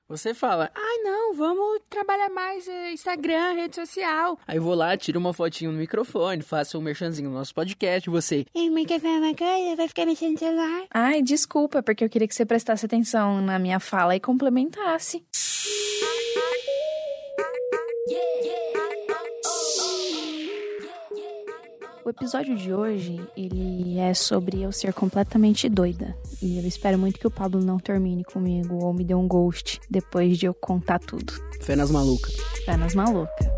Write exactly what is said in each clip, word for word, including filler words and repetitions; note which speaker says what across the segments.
Speaker 1: Você fala, ai não, vamos trabalhar mais eh, Instagram, rede social. Aí eu vou lá, tiro uma fotinho no microfone, faço um merchanzinho no nosso podcast, e você...
Speaker 2: Ei, mãe, quer falar uma coisa? Vai ficar mexendo no celular?
Speaker 3: Ai, desculpa, porque eu queria que você prestasse atenção na minha fala e complementasse. O episódio de hoje, ele é sobre eu ser completamente doida. E eu espero muito que o Pablo não termine comigo ou me dê um ghost depois de eu contar tudo.
Speaker 1: Fé nas malucas.
Speaker 3: Fé nas malucas.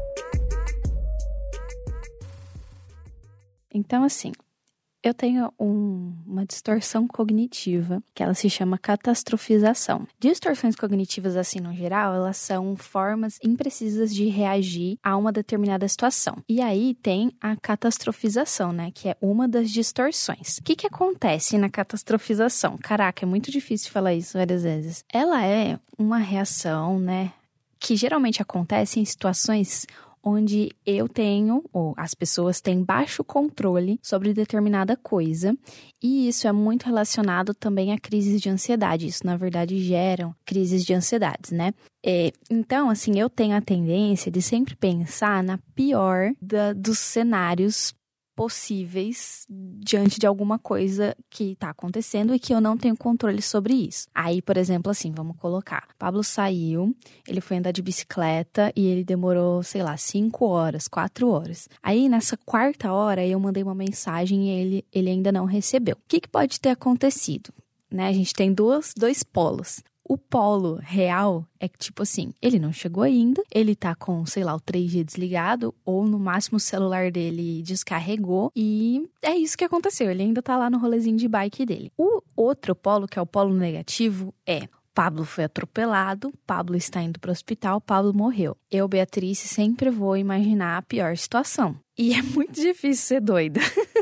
Speaker 3: Então, assim, eu tenho um, uma distorção cognitiva, que ela se chama catastrofização. Distorções cognitivas, assim, no geral, elas são formas imprecisas de reagir a uma determinada situação. E aí tem a catastrofização, né, que é uma das distorções. O que que acontece na catastrofização? Caraca, é muito difícil falar isso várias vezes. Ela é uma reação, né, que geralmente acontece em situações onde eu tenho, ou as pessoas têm baixo controle sobre determinada coisa, e isso é muito relacionado também a crises de ansiedade. Isso, na verdade, geram crises de ansiedade, né? É, então, assim, eu tenho a tendência de sempre pensar na pior da, dos cenários possíveis diante de alguma coisa que tá acontecendo e que eu não tenho controle sobre isso. Aí, por exemplo, assim, vamos colocar. Pablo saiu, ele foi andar de bicicleta e ele demorou, sei lá, cinco horas, quatro horas. Aí, nessa quarta hora, eu mandei uma mensagem e ele, ele ainda não recebeu. O que que pode ter acontecido? Né? A gente tem duas, dois polos. O polo real é que, tipo assim, ele não chegou ainda, ele tá com, sei lá, o três G desligado, ou no máximo o celular dele descarregou, e é isso que aconteceu, ele ainda tá lá no rolezinho de bike dele. O outro polo, que é o polo negativo, é... Pablo foi atropelado, Pablo está indo para o hospital, Pablo morreu. Eu, Beatriz, sempre vou imaginar a pior situação. E é muito difícil ser doida.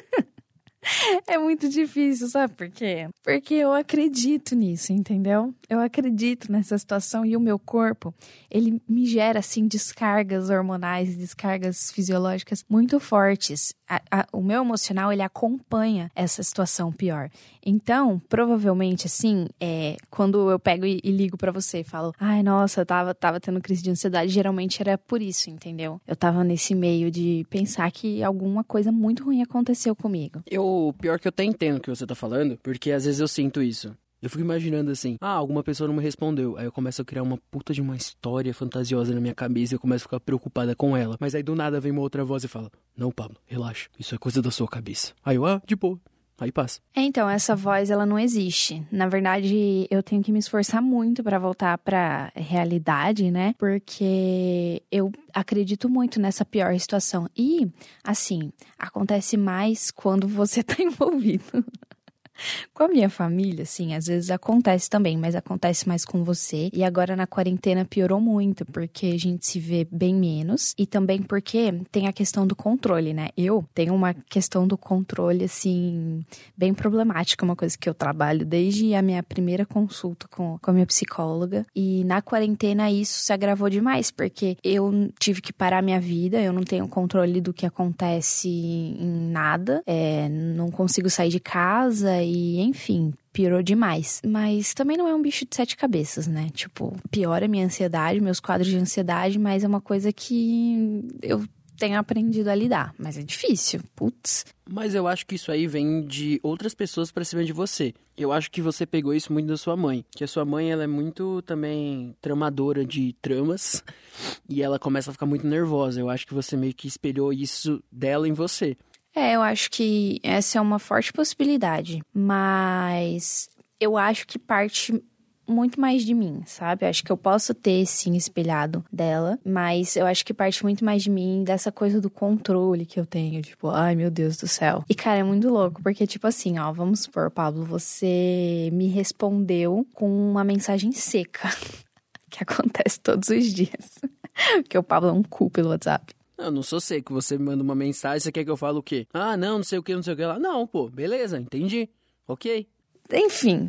Speaker 3: É muito difícil, sabe por quê? Porque eu acredito nisso, entendeu? Eu acredito nessa situação e o meu corpo, ele me gera, assim, descargas hormonais, descargas fisiológicas muito fortes. A, a, o meu emocional, ele acompanha essa situação pior. Então, provavelmente, assim, é, quando eu pego e, e ligo pra você e falo, ai, nossa, eu tava, tava tendo crise de ansiedade, geralmente era por isso, entendeu? Eu tava nesse meio de pensar que alguma coisa muito ruim aconteceu comigo.
Speaker 1: Eu, pior que eu até entendo o que você tá falando, porque às vezes eu sinto isso. Eu fico imaginando assim, ah, alguma pessoa não me respondeu. Aí eu começo a criar uma puta de uma história fantasiosa na minha cabeça e eu começo a ficar preocupada com ela. Mas aí do nada vem uma outra voz e fala, não, Pablo, relaxa, isso é coisa da sua cabeça. Aí eu, ah, de boa. Aí passa.
Speaker 3: É, então, essa voz, ela não existe. Na verdade, eu tenho que me esforçar muito pra voltar pra realidade, né? Porque eu acredito muito nessa pior situação. E, assim, acontece mais quando você tá envolvido. Com a minha família, assim, às vezes acontece também, mas acontece mais com você. E agora na quarentena piorou muito, porque a gente se vê bem menos. E também porque tem a questão do controle, né? Eu tenho uma questão do controle, assim, bem problemática. Uma coisa que eu trabalho desde a minha primeira consulta com, com a minha psicóloga. E na quarentena isso se agravou demais, porque eu tive que parar minha vida. Eu não tenho controle do que acontece em nada. É, não consigo sair de casa. E, enfim, piorou demais. Mas também não é um bicho de sete cabeças, né? Tipo, piora a minha ansiedade, meus quadros de ansiedade, mas é uma coisa que eu tenho aprendido a lidar. Mas é difícil, putz.
Speaker 1: Mas eu acho que isso aí vem de outras pessoas pra cima de você. Eu acho que você pegou isso muito da sua mãe. Que a sua mãe, ela é muito também tramadora de tramas. E ela começa a ficar muito nervosa. Eu acho que você meio que espelhou isso dela em você.
Speaker 3: É, eu acho que essa é uma forte possibilidade, mas eu acho que parte muito mais de mim, sabe? Eu acho que eu posso ter, sim, espelhado dela, mas eu acho que parte muito mais de mim, dessa coisa do controle que eu tenho, tipo, ai, meu Deus do céu. E, cara, é muito louco, porque, tipo assim, ó, vamos supor, Pablo, você me respondeu com uma mensagem seca, que acontece todos os dias, porque o Pablo é um cu pelo WhatsApp.
Speaker 1: Eu não sou seco, você me manda uma mensagem, você quer que eu fale o quê? Ah, não, não sei o que, não sei o que lá. Não, pô, beleza, entendi, ok.
Speaker 3: Enfim,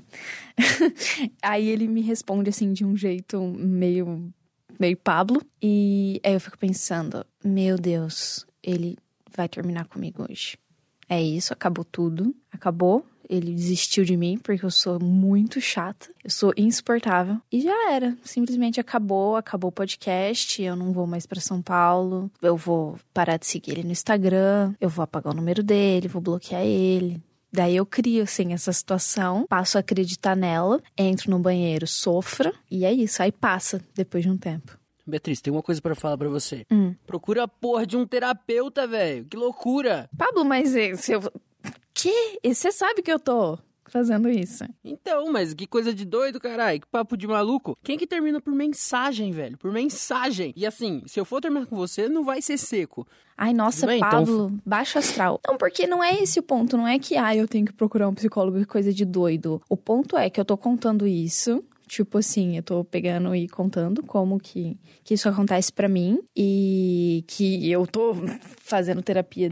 Speaker 3: aí ele me responde assim de um jeito meio, meio Pablo. E aí eu fico pensando, meu Deus, ele vai terminar comigo hoje. É isso, acabou tudo, acabou. ele desistiu de mim, porque eu sou muito chata, eu sou insuportável. E já era, simplesmente acabou, acabou o podcast, eu não vou mais pra São Paulo, eu vou parar de seguir ele no Instagram, eu vou apagar o número dele, vou bloquear ele. Daí eu crio, assim, essa situação, passo a acreditar nela, entro no banheiro, sofro, e é isso, aí passa depois de um tempo.
Speaker 1: Beatriz, tem uma coisa pra falar pra você.
Speaker 3: Hum.
Speaker 1: Procura a porra de um terapeuta, velho. Que loucura.
Speaker 3: Pablo, mas se eu... Que? Você sabe que eu tô fazendo isso.
Speaker 1: Então, mas que coisa de doido, caralho. Que papo de maluco. Quem que termina por mensagem, velho? Por mensagem. E assim, se eu for terminar com você, não vai ser seco.
Speaker 3: Ai, nossa,
Speaker 1: bem,
Speaker 3: Pablo,
Speaker 1: então...
Speaker 3: baixo astral. Não, porque não é esse o ponto. Não é que, ah, eu tenho que procurar um psicólogo, que coisa de doido. O ponto é que eu tô contando isso... Tipo assim, eu tô pegando e contando como que, que isso acontece pra mim. E que eu tô fazendo terapia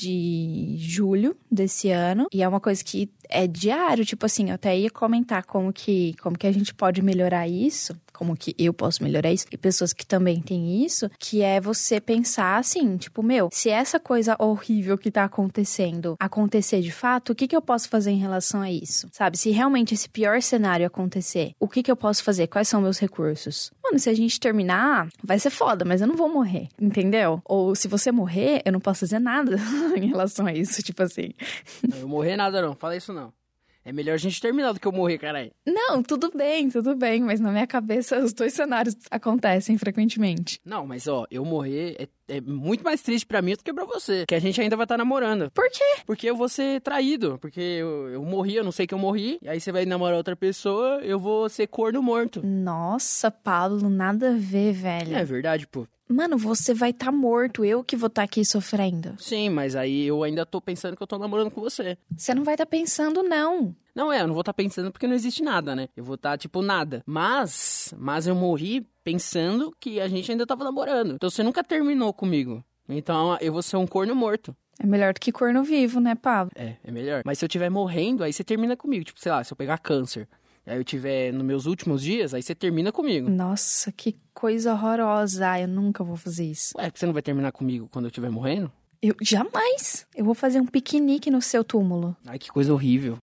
Speaker 3: desde julho desse ano. E é uma coisa que é diário. Tipo assim, eu até ia comentar como que, como que a gente pode melhorar isso. Como que eu posso melhorar isso. E pessoas que também têm isso. Que é você pensar assim, tipo, meu, se essa coisa horrível que tá acontecendo acontecer de fato, o que que eu posso fazer em relação a isso? Sabe? Se realmente esse pior cenário acontecer, o que que eu posso fazer? Quais são meus recursos? Mano, se a gente terminar, vai ser foda, mas eu não vou morrer, entendeu? Ou se você morrer, eu não posso fazer nada em relação a isso, tipo assim.
Speaker 1: Não, eu morrer nada não, fala isso não. É melhor a gente terminar do que eu morrer, caralho.
Speaker 3: Não, tudo bem, tudo bem, mas na minha cabeça os dois cenários acontecem frequentemente.
Speaker 1: Não, mas ó, eu morrer é, é muito mais triste pra mim do que pra você. Que a gente ainda vai estar namorando.
Speaker 3: Por quê?
Speaker 1: Porque eu vou ser traído. Porque eu, eu morri, eu não sei que eu morri. E aí você vai namorar outra pessoa, eu vou ser corno morto.
Speaker 3: Nossa, Pablo, nada a ver, velho.
Speaker 1: É verdade, pô.
Speaker 3: Mano, você vai estar tá morto, eu que vou estar tá aqui sofrendo.
Speaker 1: Sim, mas aí eu ainda tô pensando que eu tô namorando com você.
Speaker 3: Você não vai estar tá pensando, não.
Speaker 1: Não é, eu não vou estar tá pensando porque não existe nada, né? Eu vou estar, tá, tipo, nada. Mas, mas eu morri pensando que a gente ainda tava namorando. Então você nunca terminou comigo. Então eu vou ser um corno morto.
Speaker 3: É melhor do que corno vivo, né, Pablo?
Speaker 1: É, é melhor. Mas se eu estiver morrendo, aí você termina comigo. Tipo, sei lá, se eu pegar câncer... Aí eu tiver nos meus últimos dias, aí você termina comigo.
Speaker 3: Nossa, que coisa horrorosa. Ah, eu nunca vou fazer isso.
Speaker 1: Ué, você não vai terminar comigo quando eu estiver morrendo?
Speaker 3: Eu jamais. Eu vou fazer um piquenique no seu túmulo.
Speaker 1: Ai, que coisa horrível.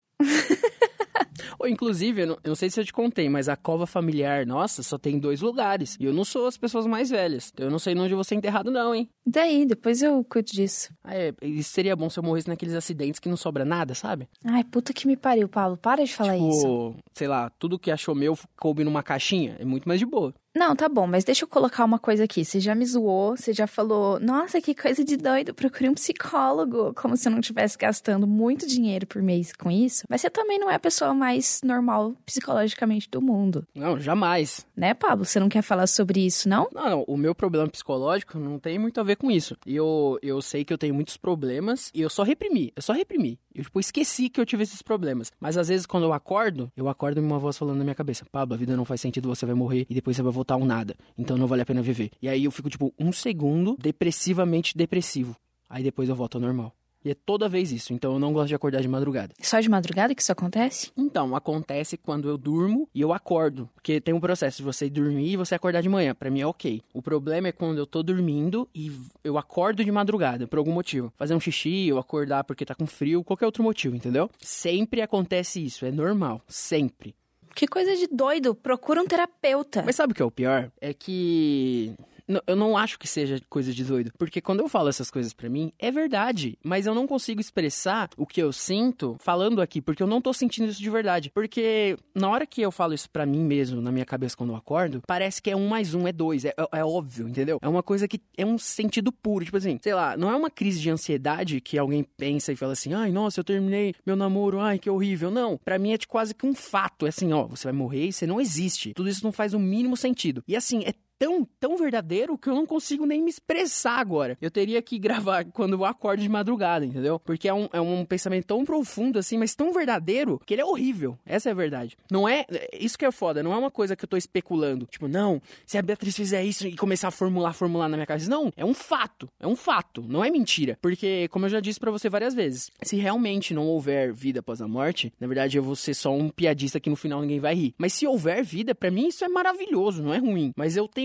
Speaker 1: Ou, inclusive, eu não, eu não sei se eu te contei, mas a cova familiar nossa só tem dois lugares. E eu não sou as pessoas mais velhas. Então eu não sei onde eu vou ser enterrado não, hein?
Speaker 3: Daí, depois eu cuido disso.
Speaker 1: Ah, é, isso seria bom se eu morresse naqueles acidentes que não sobra nada, sabe?
Speaker 3: Ai, puta que me pariu, Pablo. Para de falar
Speaker 1: tipo,
Speaker 3: isso.
Speaker 1: Sei lá, tudo que achou meu coube numa caixinha. É muito mais de boa.
Speaker 3: Não, tá bom, mas deixa eu colocar uma coisa aqui. Você já me zoou, você já falou, nossa, que coisa de doido, procure um psicólogo. Como se eu não estivesse gastando muito dinheiro por mês com isso. Mas você também não é a pessoa mais normal psicologicamente do mundo.
Speaker 1: Não, jamais.
Speaker 3: Né, Pablo? Você não quer falar sobre isso, não?
Speaker 1: Não, não, o meu problema psicológico não tem muito a ver com isso. E eu, eu sei que eu tenho muitos problemas e eu só reprimi, eu só reprimi. Eu, tipo, esqueci que eu tive esses problemas. Mas às vezes quando eu acordo, eu acordo e uma voz falando na minha cabeça, Pablo, a vida não faz sentido, você vai morrer e depois você vai voltar um nada. Então não vale a pena viver. E aí eu fico, tipo, um segundo depressivamente depressivo. Aí depois eu volto ao normal. E é toda vez isso, então eu não gosto de acordar de madrugada.
Speaker 3: Só de madrugada que isso acontece?
Speaker 1: Então, acontece quando eu durmo e eu acordo. Porque tem um processo de você dormir e você acordar de manhã. Pra mim é ok. O problema é quando eu tô dormindo e eu acordo de madrugada, por algum motivo. Fazer um xixi, ou acordar porque tá com frio, qualquer outro motivo, entendeu? Sempre acontece isso, é normal, sempre.
Speaker 3: Que coisa de doido, procura um terapeuta.
Speaker 1: Mas sabe o que é o pior? É que... eu não acho que seja coisa de doido. Porque quando eu falo essas coisas pra mim, é verdade. Mas eu não consigo expressar o que eu sinto falando aqui. Porque eu não tô sentindo isso de verdade. Porque na hora que eu falo isso pra mim mesmo, na minha cabeça quando eu acordo, parece que é um mais um, é dois. É, é, é óbvio, entendeu? É uma coisa que é um sentido puro. Tipo assim, sei lá, não é uma crise de ansiedade que alguém pensa e fala assim, ai, nossa, eu terminei meu namoro, ai, que horrível. Não, pra mim é tipo, quase que um fato. É assim, ó, você vai morrer e você não existe. Tudo isso não faz o mínimo sentido. E assim, é tão, tão verdadeiro que eu não consigo nem me expressar agora. Eu teria que gravar quando eu acordo de madrugada, entendeu? Porque é um, é um pensamento tão profundo assim, mas tão verdadeiro, que ele é horrível. Essa é a verdade. Não é... Isso que é foda, não é uma coisa que eu tô especulando. Tipo, não, se a Beatriz fizer isso e começar a formular, formular na minha cabeça. Não, é um fato. É um fato. Não é mentira. Porque, como eu já disse pra você várias vezes, se realmente não houver vida após a morte, na verdade eu vou ser só um piadista que no final ninguém vai rir. Mas se houver vida, pra mim isso é maravilhoso, não é ruim. Mas eu tenho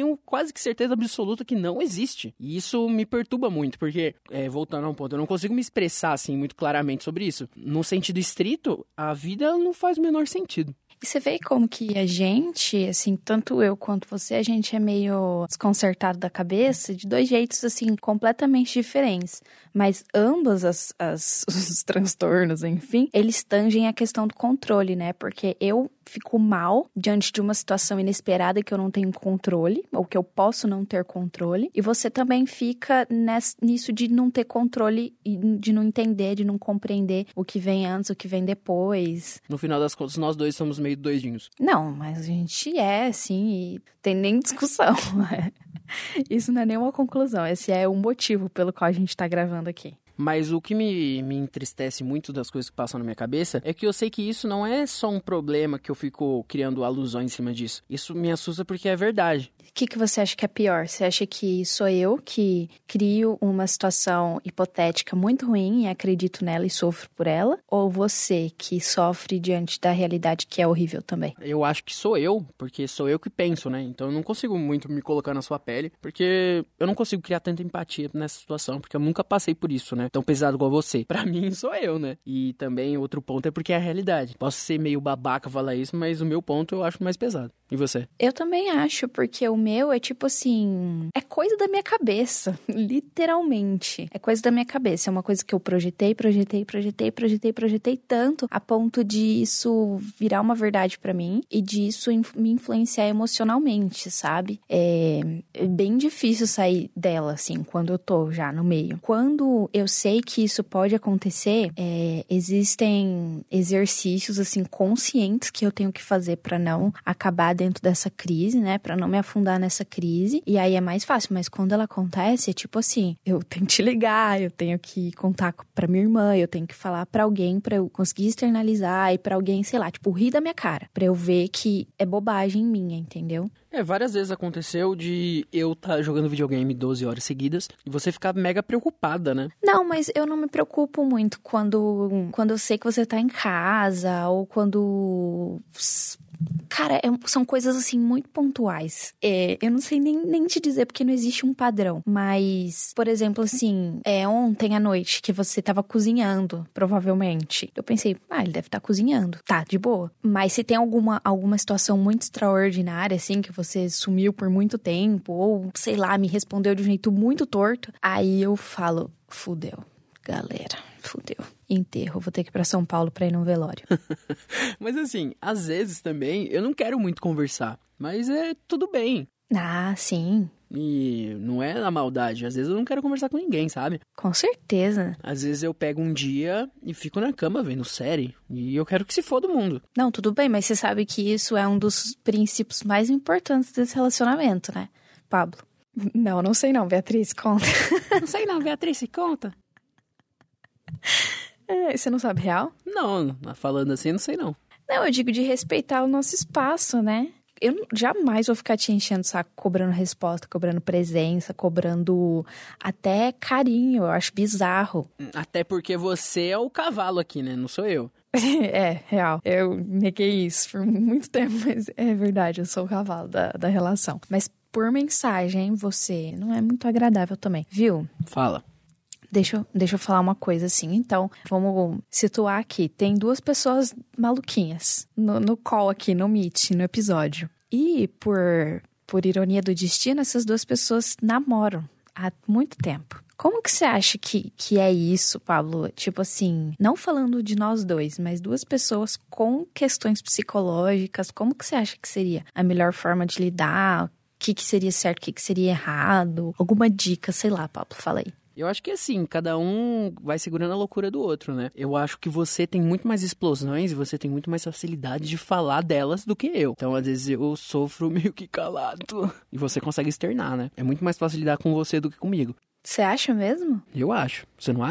Speaker 1: tenho quase que certeza absoluta que não existe. E isso me perturba muito, porque, é, voltando a um ponto, eu não consigo me expressar, assim, muito claramente sobre isso. No sentido estrito, a vida não faz o menor sentido.
Speaker 3: E você vê como que a gente, assim, tanto eu quanto você, a gente é meio desconcertado da cabeça de dois jeitos, assim, completamente diferentes. Mas ambos as, as, os transtornos, enfim, eles tangem a questão do controle, né? Porque eu fico mal diante de uma situação inesperada que eu não tenho controle, ou que eu posso não ter controle. E você também fica ness, nisso de não ter controle, de não entender, de não compreender o que vem antes, o que vem depois.
Speaker 1: No final das contas, nós dois somos meio doidinhos.
Speaker 3: Não, mas a gente é, assim, e tem nem discussão. Isso não é nenhuma conclusão, esse é o motivo pelo qual a gente tá gravando aqui.
Speaker 1: Mas o que me, me entristece muito das coisas que passam na minha cabeça é que eu sei que isso não é só um problema que eu fico criando alusões em cima disso. Isso me assusta porque é verdade.
Speaker 3: O que, que você acha que é pior? Você acha que sou eu que crio uma situação hipotética muito ruim e acredito nela e sofro por ela? Ou você que sofre diante da realidade que é horrível também?
Speaker 1: Eu acho que sou eu, porque sou eu que penso, né? Então eu não consigo muito me colocar na sua pele, porque eu não consigo criar tanta empatia nessa situação, porque eu nunca passei por isso, né? Tão pesado igual você. Pra mim, sou eu, né? E também outro ponto é porque é a realidade. Posso ser meio babaca falar isso, mas o meu ponto eu acho mais pesado. E você?
Speaker 3: Eu também acho, porque o meu é tipo assim... É coisa da minha cabeça, literalmente. É coisa da minha cabeça. É uma coisa que eu projetei, projetei, projetei, projetei, projetei tanto a ponto de isso virar uma verdade pra mim e de isso me influenciar emocionalmente, sabe? É, é bem difícil sair dela, assim, quando eu tô já no meio. Quando eu sei que isso pode acontecer, é, existem exercícios, assim, conscientes que eu tenho que fazer pra não acabar dentro dessa crise, né? Pra não me afundar nessa crise. E aí é mais fácil, mas quando ela acontece, é tipo assim, eu tenho que te ligar, eu tenho que contar pra minha irmã, eu tenho que falar pra alguém pra eu conseguir externalizar e pra alguém, sei lá, tipo, rir da minha cara. Pra eu ver que é bobagem minha, entendeu?
Speaker 1: É, várias vezes aconteceu de eu estar tá jogando videogame doze horas seguidas e você ficar mega preocupada, né?
Speaker 3: Não, mas eu não me preocupo muito quando, quando eu sei que você tá em casa ou quando... Cara, é, são coisas, assim, muito pontuais. É, eu não sei nem, nem te dizer, porque não existe um padrão. Mas, por exemplo, assim, é, ontem à noite que você tava cozinhando, provavelmente. Eu pensei, ah, ele deve estar tá cozinhando. Tá, de boa. Mas se tem alguma, alguma situação muito extraordinária, assim, que você sumiu por muito tempo, ou, sei lá, me respondeu de um jeito muito torto, aí eu falo, fudeu, galera, fudeu. Enterro, vou ter que ir pra São Paulo pra ir num velório.
Speaker 1: Mas assim, às vezes também eu não quero muito conversar, mas é tudo bem.
Speaker 3: Ah, sim.
Speaker 1: E não é na maldade, às vezes eu não quero conversar com ninguém, sabe?
Speaker 3: Com certeza.
Speaker 1: Às vezes eu pego um dia e fico na cama vendo série e eu quero que se foda o mundo.
Speaker 3: Não, tudo bem, mas você sabe que isso é um dos princípios mais importantes desse relacionamento, né, Pablo? Não, não sei não, Beatriz, conta.
Speaker 1: Não sei não, Beatriz, conta.
Speaker 3: É, você não sabe real?
Speaker 1: Não, falando assim, não sei não.
Speaker 3: Não, eu digo de respeitar o nosso espaço, né? Eu jamais vou ficar te enchendo o saco, cobrando resposta, cobrando presença, cobrando até carinho. Eu acho bizarro.
Speaker 1: Até porque você é o cavalo aqui, né? Não sou eu.
Speaker 3: É, real. Eu neguei isso por muito tempo, mas é verdade, eu sou o cavalo da, da relação. Mas por mensagem, você não é muito agradável também, viu?
Speaker 1: Fala.
Speaker 3: Deixa eu, deixa eu falar uma coisa assim. Então, vamos situar aqui. Tem duas pessoas maluquinhas no, no call aqui, no Meet, no episódio. E, por, por ironia do destino, essas duas pessoas namoram há muito tempo. Como que você acha que, que é isso, Pablo? Tipo assim, não falando de nós dois, mas duas pessoas com questões psicológicas. Como que você acha que seria a melhor forma de lidar? O que, que seria certo, o que, que seria errado? Alguma dica, sei lá, Pablo, fala aí.
Speaker 1: Eu acho que assim, cada um vai segurando a loucura do outro, né? Eu acho que você tem muito mais explosões e você tem muito mais facilidade de falar delas do que eu. Então, às vezes, eu sofro meio que calado. E você consegue externar, né? É muito mais fácil lidar com você do que comigo.
Speaker 3: Você acha mesmo?
Speaker 1: Eu acho. Você não acha?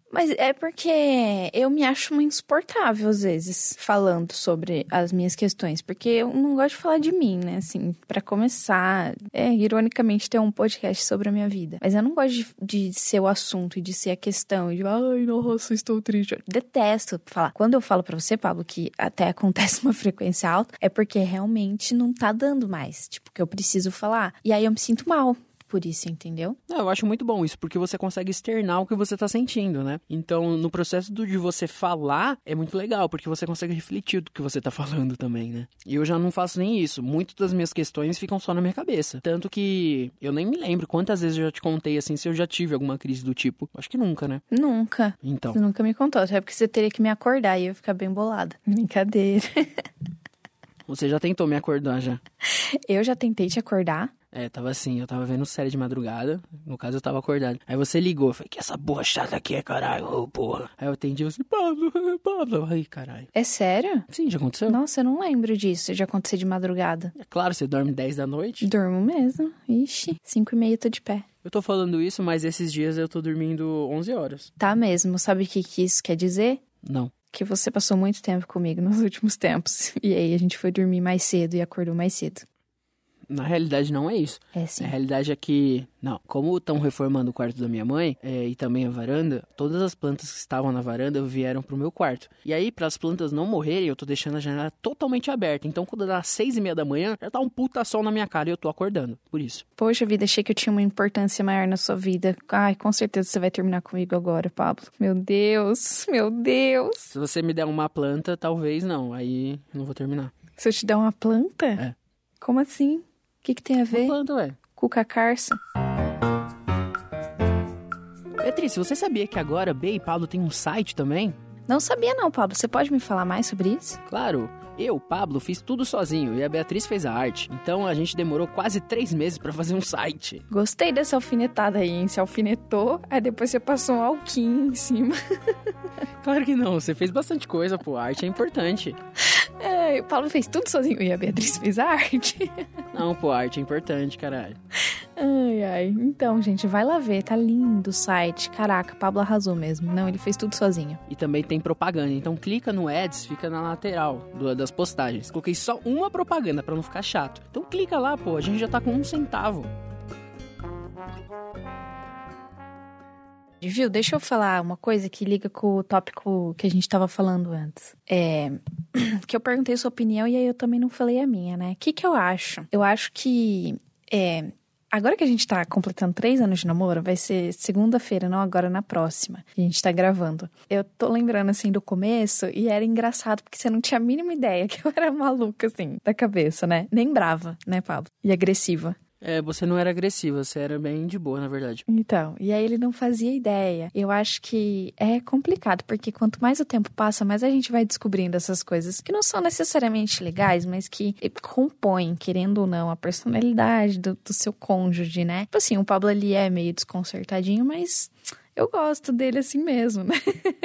Speaker 3: Mas é porque eu me acho uma insuportável, às vezes, falando sobre as minhas questões. Porque eu não gosto de falar de mim, né? Assim, pra começar, é, ironicamente, ter um podcast sobre a minha vida. Mas eu não gosto de, de ser o assunto e de ser a questão. E de, ai, nossa, estou triste. Eu detesto falar. Quando eu falo pra você, Pablo, que até acontece uma frequência alta, é porque realmente não tá dando mais. Tipo, que eu preciso falar. E aí eu me sinto mal por isso, entendeu?
Speaker 1: Não, eu acho muito bom isso, porque você consegue externar o que você tá sentindo, né? Então, no processo do, de você falar, é muito legal, porque você consegue refletir do que você tá falando também, né? E eu já não faço nem isso. Muitas das minhas questões ficam só na minha cabeça. Tanto que eu nem me lembro quantas vezes eu já te contei, assim, se eu já tive alguma crise do tipo. Acho que nunca, né?
Speaker 3: Nunca.
Speaker 1: Então.
Speaker 3: Você nunca me contou, até porque você teria que me acordar e eu ia ficar bem bolada. Brincadeira.
Speaker 1: Você já tentou me acordar, já?
Speaker 3: Eu já tentei te acordar.
Speaker 1: É, tava assim, eu tava vendo série de madrugada, no caso eu tava acordado. Aí você ligou, eu falei, que essa porra chata aqui é, caralho, ô porra. Aí eu atendi e falei, Pablo, Pablo, ai, caralho.
Speaker 3: É sério?
Speaker 1: Sim, já aconteceu?
Speaker 3: Nossa, eu não lembro disso, já aconteceu de madrugada.
Speaker 1: É claro, você dorme dez da noite?
Speaker 3: Durmo mesmo, ixi, cinco e meia eu tô de pé.
Speaker 1: Eu tô falando isso, mas esses dias eu tô dormindo onze horas.
Speaker 3: Tá mesmo, sabe o que, que isso quer dizer?
Speaker 1: Não.
Speaker 3: Que você passou muito tempo comigo nos últimos tempos. E aí a gente foi dormir mais cedo e acordou mais cedo.
Speaker 1: Na realidade, não é isso.
Speaker 3: É sim.
Speaker 1: A realidade é que, não, como estão reformando o quarto da minha mãe é, e também a varanda, todas as plantas que estavam na varanda vieram pro meu quarto. E aí, para as plantas não morrerem, eu tô deixando a janela totalmente aberta. Então, quando dá seis e meia da manhã, já tá um puta sol na minha cara e eu tô acordando. Por isso.
Speaker 3: Poxa vida, achei que eu tinha uma importância maior na sua vida. Ai, com certeza você vai terminar comigo agora, Pablo. Meu Deus, meu Deus.
Speaker 1: Se você me der uma planta, talvez não. Aí, eu não vou terminar.
Speaker 3: Se eu te der uma planta?
Speaker 1: É.
Speaker 3: Como assim? O que, que tem a ver?
Speaker 1: Uma planta, ué.
Speaker 3: Cuca Carça?
Speaker 1: Beatriz, você sabia que agora B e Pablo tem um site também?
Speaker 3: Não sabia não, Pablo. Você pode me falar mais sobre isso?
Speaker 1: Claro. Eu, Pablo, fiz tudo sozinho e a Beatriz fez a arte. Então a gente demorou quase três meses pra fazer um site.
Speaker 3: Gostei dessa alfinetada aí, hein? Você alfinetou, aí depois você passou um alquim em cima.
Speaker 1: Claro que não, você fez bastante coisa, pô. A arte é importante.
Speaker 3: É, o Paulo fez tudo sozinho e a Beatriz fez a arte.
Speaker 1: Não, pô, a arte é importante, caralho.
Speaker 3: Ai, ai. Então, gente, vai lá ver. Tá lindo o site. Caraca, Pablo arrasou mesmo. Não, ele fez tudo sozinho.
Speaker 1: E também tem propaganda. Então clica no Ads, fica na lateral do, das postagens. Coloquei só uma propaganda pra não ficar chato. Então clica lá, pô. A gente já tá com um centavo.
Speaker 3: Viu? Deixa eu falar uma coisa que liga com o tópico que a gente tava falando antes. É... que eu perguntei sua opinião e aí eu também não falei a minha, né? O que que eu acho? Eu acho que... É... Agora que a gente tá completando três anos de namoro, vai ser segunda-feira, não agora na próxima. A gente tá gravando. Eu tô lembrando, assim, do começo e era engraçado porque você não tinha a mínima ideia que eu era maluca, assim, da cabeça, né? Nem brava, né, Pablo? E agressiva.
Speaker 1: É, você não era agressiva, você era bem de boa, na verdade.
Speaker 3: Então, e aí ele não fazia ideia. Eu acho que é complicado, porque quanto mais o tempo passa, mais a gente vai descobrindo essas coisas que não são necessariamente legais, mas que compõem, querendo ou não, a personalidade do, do seu cônjuge, né? Tipo assim, o Pablo ali é meio desconcertadinho, mas eu gosto dele assim mesmo, né?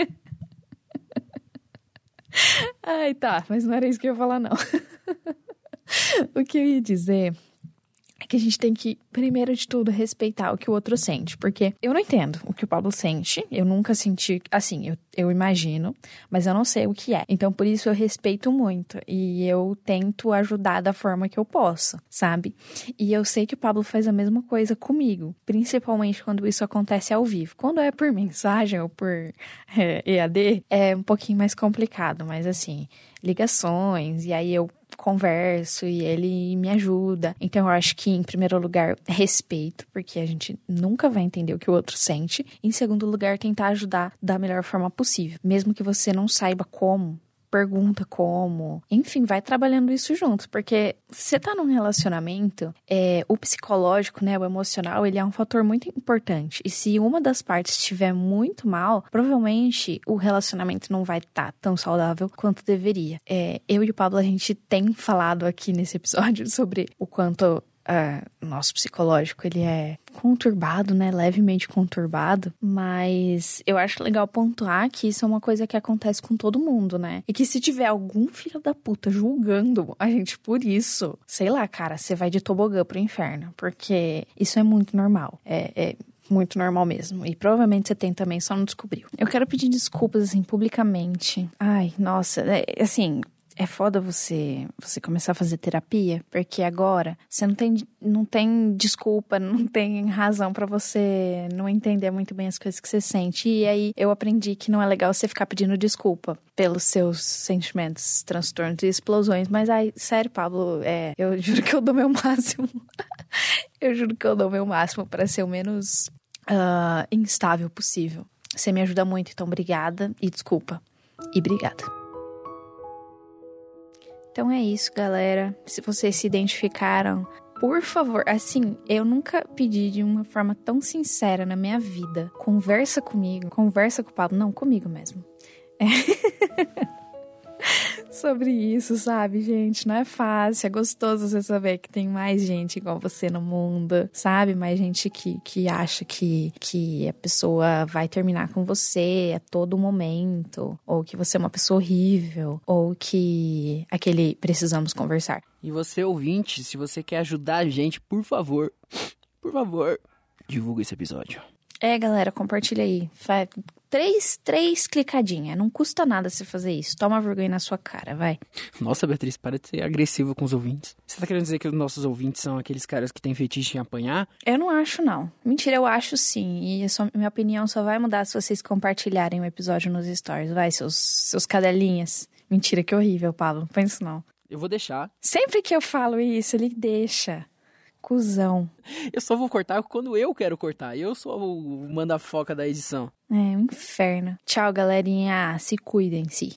Speaker 3: Ai, tá, mas não era isso que eu ia falar, não. O que eu ia dizer... é que a gente tem que, primeiro de tudo, respeitar o que o outro sente. Porque eu não entendo o que o Pablo sente. Eu nunca senti... Assim, eu, eu imagino, mas eu não sei o que é. Então, por isso, eu respeito muito. E eu tento ajudar da forma que eu posso, sabe? E eu sei que o Pablo faz a mesma coisa comigo. Principalmente quando isso acontece ao vivo. Quando é por mensagem ou por é, E A D, é um pouquinho mais complicado. Mas, assim, ligações. E aí eu... converso e ele me ajuda. Então eu acho que, em primeiro lugar, respeito, porque a gente nunca vai entender o que o outro sente. Em segundo lugar, tentar ajudar da melhor forma possível. Mesmo que você não saiba como, pergunta como. Enfim, vai trabalhando isso junto, porque se você tá num relacionamento, é, o psicológico, né, o emocional, ele é um fator muito importante. E se uma das partes estiver muito mal, provavelmente o relacionamento não vai estar tá tão saudável quanto deveria. É, eu e o Pablo, a gente tem falado aqui nesse episódio sobre o quanto... Uh, nosso psicológico, ele é conturbado, né? Levemente conturbado. Mas eu acho legal pontuar que isso é uma coisa que acontece com todo mundo, né? E que se tiver algum filho da puta julgando a gente por isso, sei lá, cara, você vai de tobogã pro inferno. Porque isso é muito normal. É, é muito normal mesmo. E provavelmente você tem também, só não descobriu. Eu quero pedir desculpas, assim, publicamente. Ai, nossa, é, assim... É foda você, você começar a fazer terapia, porque agora você não tem, não tem desculpa, não tem razão pra você não entender muito bem as coisas que você sente. E aí eu aprendi que não é legal você ficar pedindo desculpa pelos seus sentimentos, transtornos e explosões. Mas, ai, sério, Pablo, é, eu juro que eu dou meu máximo. Eu juro que eu dou meu máximo pra ser o menos uh, instável possível. Você me ajuda muito, então obrigada e desculpa. E obrigada. Então é isso, galera. Se vocês se identificaram, por favor, assim, eu nunca pedi de uma forma tão sincera na minha vida. Conversa comigo, conversa com o Pablo, não, comigo mesmo. É. Sobre isso, sabe, gente? Não é fácil, é gostoso você saber que tem mais gente igual você no mundo, sabe? Mais gente que, que acha que, que a pessoa vai terminar com você a todo momento, ou que você é uma pessoa horrível, ou que aquele precisamos conversar.
Speaker 1: E você, ouvinte, se você quer ajudar a gente, por favor, por favor, divulga esse episódio.
Speaker 3: É, galera, compartilha aí. Faz três, três clicadinhas. Não custa nada você fazer isso. Toma vergonha na sua cara, vai.
Speaker 1: Nossa, Beatriz, para de ser agressiva com os ouvintes. Você tá querendo dizer que os nossos ouvintes são aqueles caras que têm fetiche em apanhar?
Speaker 3: Eu não acho, não. Mentira, eu acho sim. E só, minha opinião só vai mudar se vocês compartilharem o episódio nos stories. Vai, seus, seus cadelinhas. Mentira, que horrível, Pablo. Não penso, não.
Speaker 1: Eu vou deixar.
Speaker 3: Sempre que eu falo isso, ele deixa. Cusão.
Speaker 1: Eu só vou cortar quando eu quero cortar. Eu sou o manda-foca da edição.
Speaker 3: É, um inferno. Tchau, galerinha. Se cuidem-se.